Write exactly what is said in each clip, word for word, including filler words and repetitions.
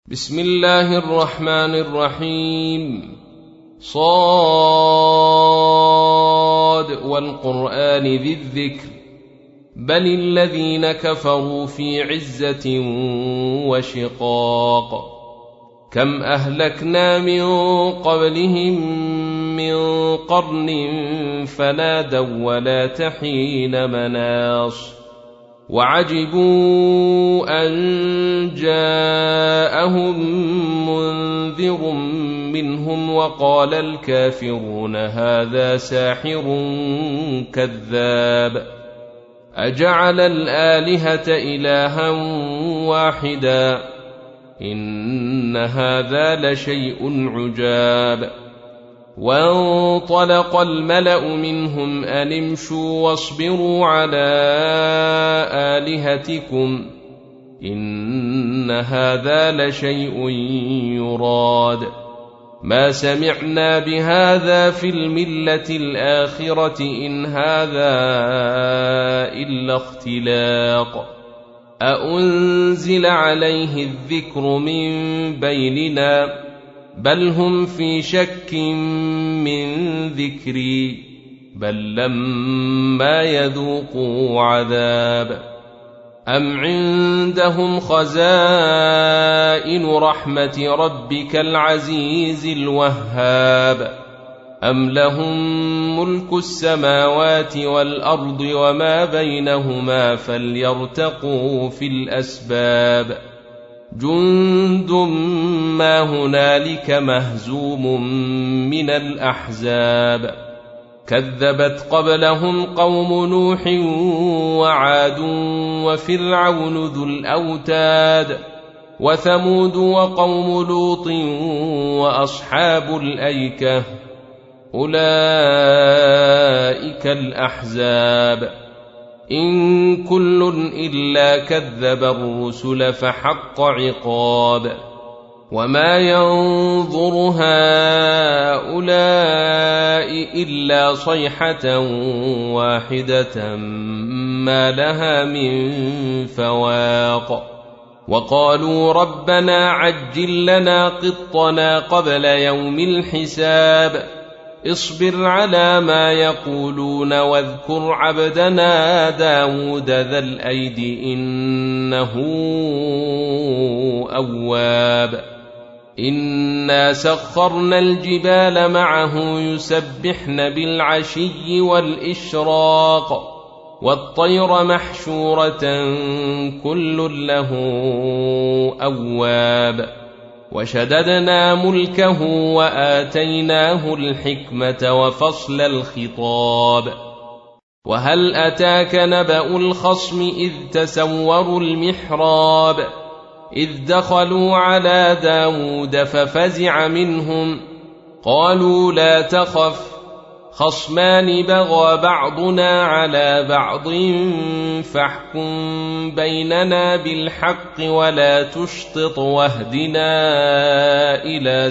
بسم الله الرحمن الرحيم. صاد والقرآن ذي الذكر بل الذين كفروا في عزة وشقاق كم أهلكنا من قبلهم من قرن فنادوا ولا تحين مناص وعجبوا أن جاءهم منذر منهم وقال الكافرون هذا ساحر كذاب أجعل الآلهة إلها واحدا إن هذا لشيء عجاب. وانطلق الملأ منهم أن امشوا واصبروا على آلهتكم إن هذا لشيء يراد ما سمعنا بهذا في الملة الآخرة إن هذا إلا اختلاق أأنزل عليه الذكر من بيننا بل هم في شك من ذكري بل لما يذوقوا عذاب أم عندهم خزائن رحمة ربك العزيز الوهاب أم لهم ملك السماوات والأرض وما بينهما فليرتقوا في الأسباب جند ما هنالك مهزوم من الأحزاب كذبت قبلهم قوم نوح وعاد وفرعون ذو الأوتاد وثمود وقوم لوط وأصحاب الأيكة أولئك الأحزاب إن كل إلا كذب الرسل فحق عقاب وما ينظر هؤلاء إلا صيحة واحدة ما لها من فواق وقالوا ربنا عجل لنا قطنا قبل يوم الحساب اصبر على ما يقولون واذكر عبدنا داود ذا الأيد إنه أواب إنا سخرنا الجبال معه يسبحن بالعشي والإشراق والطير محشورة كل له أواب وشددنا ملكه وآتيناه الحكمة وفصل الخطاب وهل أتاك نبأ الخصم إذ تسوروا المحراب إذ دخلوا على داود ففزع منهم قالوا لا تخف خصمان بغى بعضنا على بعض فاحكم بيننا بالحق ولا تشطط واهدنا إلى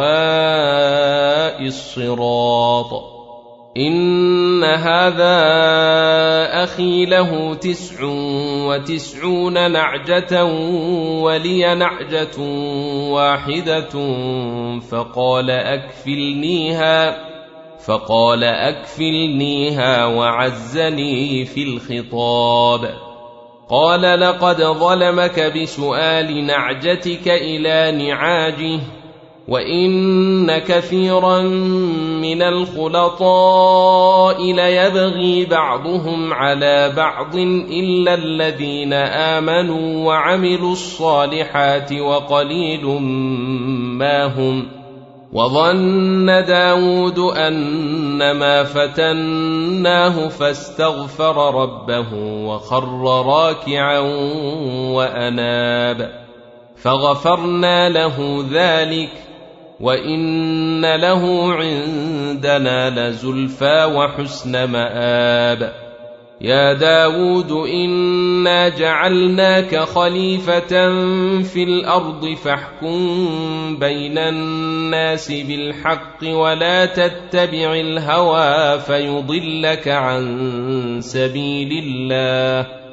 سواء الصراط إن هذا أخي له تسع وتسعون نعجة ولي نعجة واحدة فقال أكفلنيها فقال أكفلنيها وعزني في الخطاب قال لقد ظلمك بسؤال نعجتك إلى نعاجه وإن كثيرا من الخلطاء ليبغي بعضهم على بعض إلا الذين آمنوا وعملوا الصالحات وقليل ما هم وظن داود أنما فتناه فاستغفر ربه وخر راكعا وأناب فغفرنا له ذلك وإن له عندنا لزلفى وحسن مآب يا داود إنا جعلناك خليفة في الأرض فاحكم بين الناس بالحق ولا تتبع الهوى فيضلك عن سبيل الله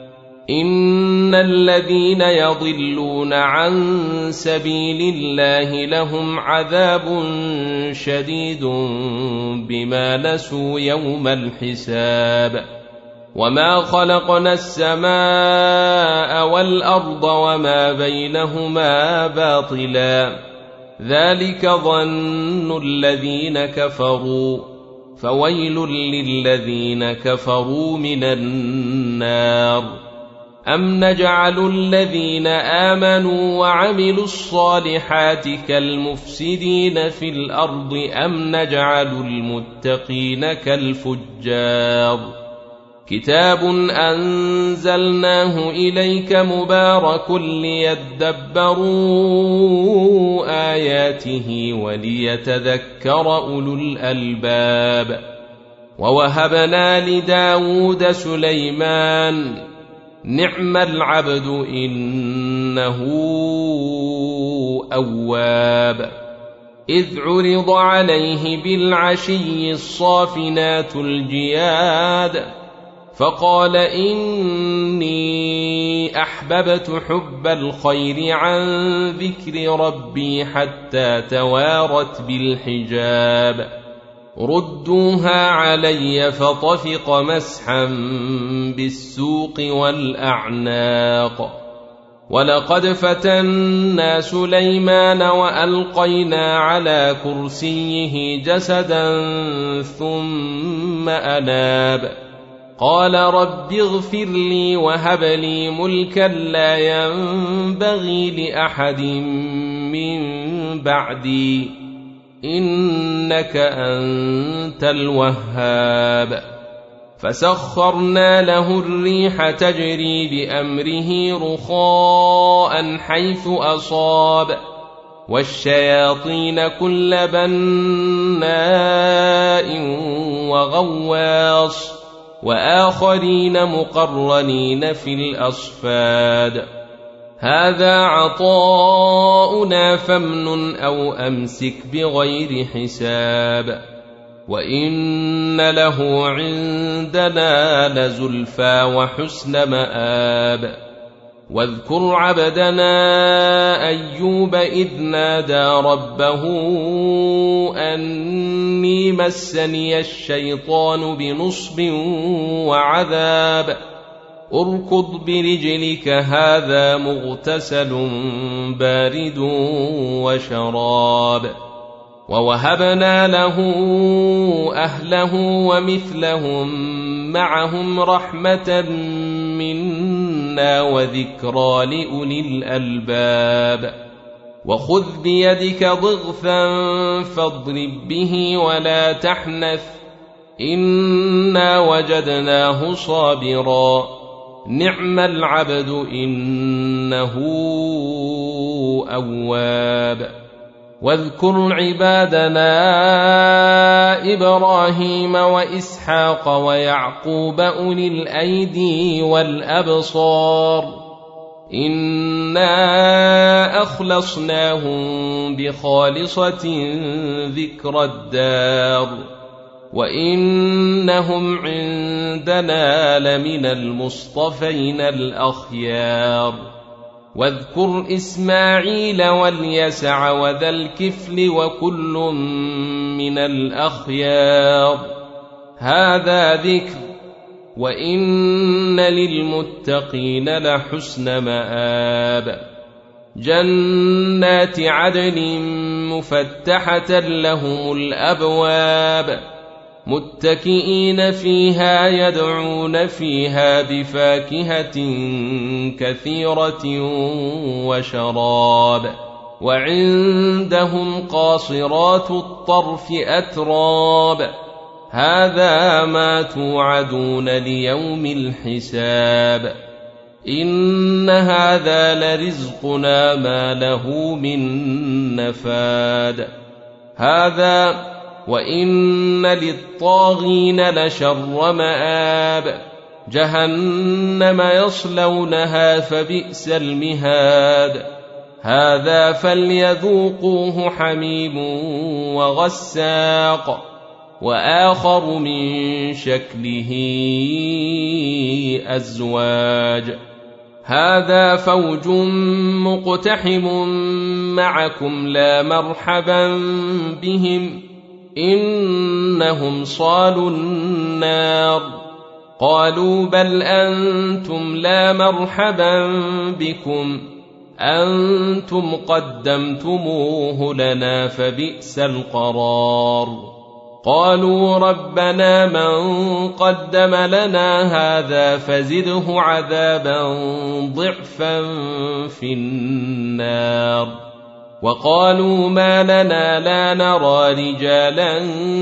إن الذين يضلون عن سبيل الله لهم عذاب شديد بما نسوا يوم الحساب وما خلقنا السماء والأرض وما بينهما باطلا ذلك ظن الذين كفروا فويل للذين كفروا من النار أم نجعل الذين آمنوا وعملوا الصالحات كالمفسدين في الأرض أم نجعل المتقين كالفجار كتاب أنزلناه إليك مبارك ليدبروا آياته وليتذكر أولو الألباب ووهبنا لداود سليمان نعم العبد إنه أواب إذ عرض عليه بالعشي الصافنات الجياد فقال إني أحببت حب الخير عن ذكر ربي حتى توارت بالحجاب ردوها علي فطفق مسحا بالسوق والأعناق ولقد فتنا سليمان وألقينا على كرسيه جسدا ثم أناب قال رب اغفر لي وهب لي ملكا لا ينبغي لأحد من بعدي إنك أنت الوهاب فسخرنا له الريح تجري بأمره رخاء حيث أصاب والشياطين كل بناء وغواص وآخرين مقرنين في الأصفاد هذا عطاؤنا فامنن أو أمسك بغير حساب وإن له عندنا لزلفى وحسن مآب واذكر عبدنا أيوب إذ نادى ربه أني مسني الشيطان بنصب وعذاب اركض برجلك هذا مغتسل بارد وشراب ووهبنا له أهله ومثلهم معهم رحمة منا وذكرى لأولي الألباب وخذ بيدك ضغثا فاضرب به ولا تحنث إنا وجدناه صابرا نعم العبد إنه أواب واذكر عبادنا إبراهيم وإسحاق ويعقوب أولي الأيدي والأبصار إنا أخلصناهم بخالصة ذكر الدار وإنهم عندنا لمن المصطفين الأخيار واذكر إسماعيل واليسع وذا الكفل وكل من الأخيار هذا ذكر وإن للمتقين لحسن مآب جنات عدن مفتحة لهم الأبواب متكئين فيها يدعون فيها بفاكهة كثيرة وشراب وعندهم قاصرات الطرف أتراب هذا ما توعدون ليوم الحساب إن هذا لرزقنا ما له من نفاد هذا وإن للطاغين لشر مآب جهنم يصلونها فبئس المهاد هذا فليذوقوه حميم وغساق وآخر من شكله أزواج هذا فوج مقتحم معكم لا مرحبا بهم إنهم صالوا النار. قالوا بل أنتم لا مرحبا بكم أنتم قدمتموه لنا فبئس القرار. قالوا ربنا من قدم لنا هذا فزده عذابا ضعفا في النار. وقالوا ما لنا لا نرى رجالا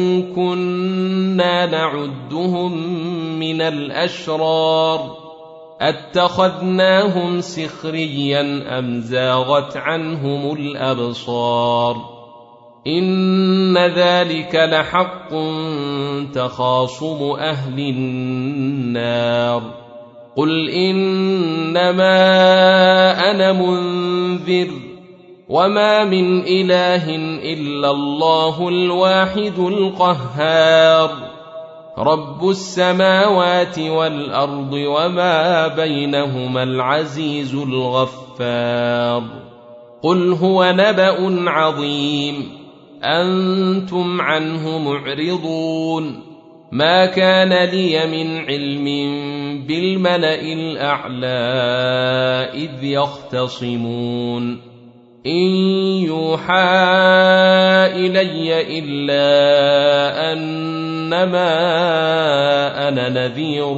كنا نعدهم من الأشرار أتخذناهم سخريا أم زاغت عنهم الأبصار إن ذلك لحق تخاصم أهل النار. قل إنما أنا منذر وما من إله إلا الله الواحد القهار رب السماوات والأرض وما بينهما العزيز الغفار. قل هو نبأ عظيم أنتم عنه معرضون. ما كان لي من علم بالملأ الأعلى إذ يختصمون إن يوحى إلي إلا أنما أنا نذير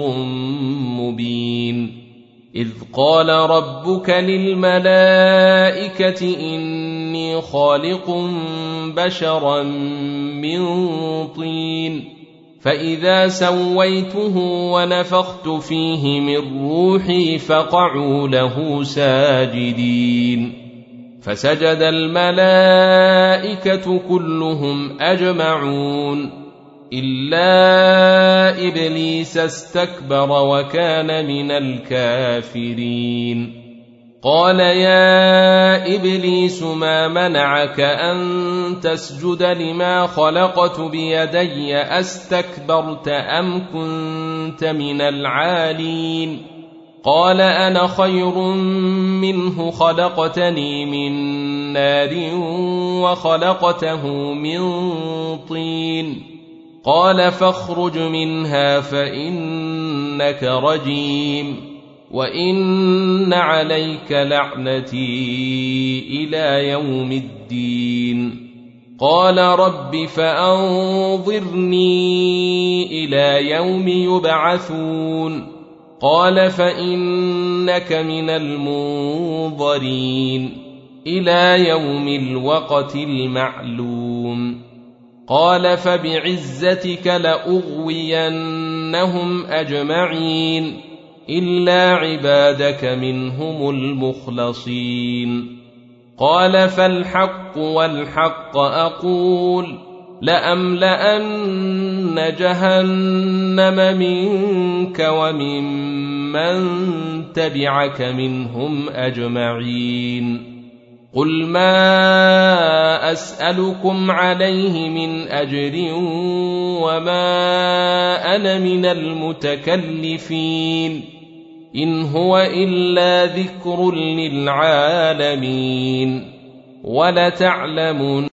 مبين. إذ قال ربك للملائكة إني خالق بشرا من طين فإذا سويته ونفخت فيه من روحي فقعوا له ساجدين. فسجد الملائكة كلهم أجمعون إلا إبليس استكبر وكان من الكافرين. قال يا إبليس ما منعك أن تسجد لما خلقت بيدي أستكبرت أم كنت من العالين؟ قال أنا خير منه خلقتني من نار وخلقته من طين. قال فاخرج منها فإنك رجيم وإن عليك لعنتي إلى يوم الدين. قال رب فأنظرني إلى يوم يبعثون. قال فإنك من المنظرين إلى يوم الوقت المعلوم. قال فبعزتك لأغوينهم أجمعين إلا عبادك منهم المخلصين. قال فالحق والحق أقول لأملأن جهنم منك وممن تبعك منهم أجمعين. قل ما أسألكم عليه من أجر وما أنا من المتكلفين إن هو إلا ذكر للعالمين ولتعلمون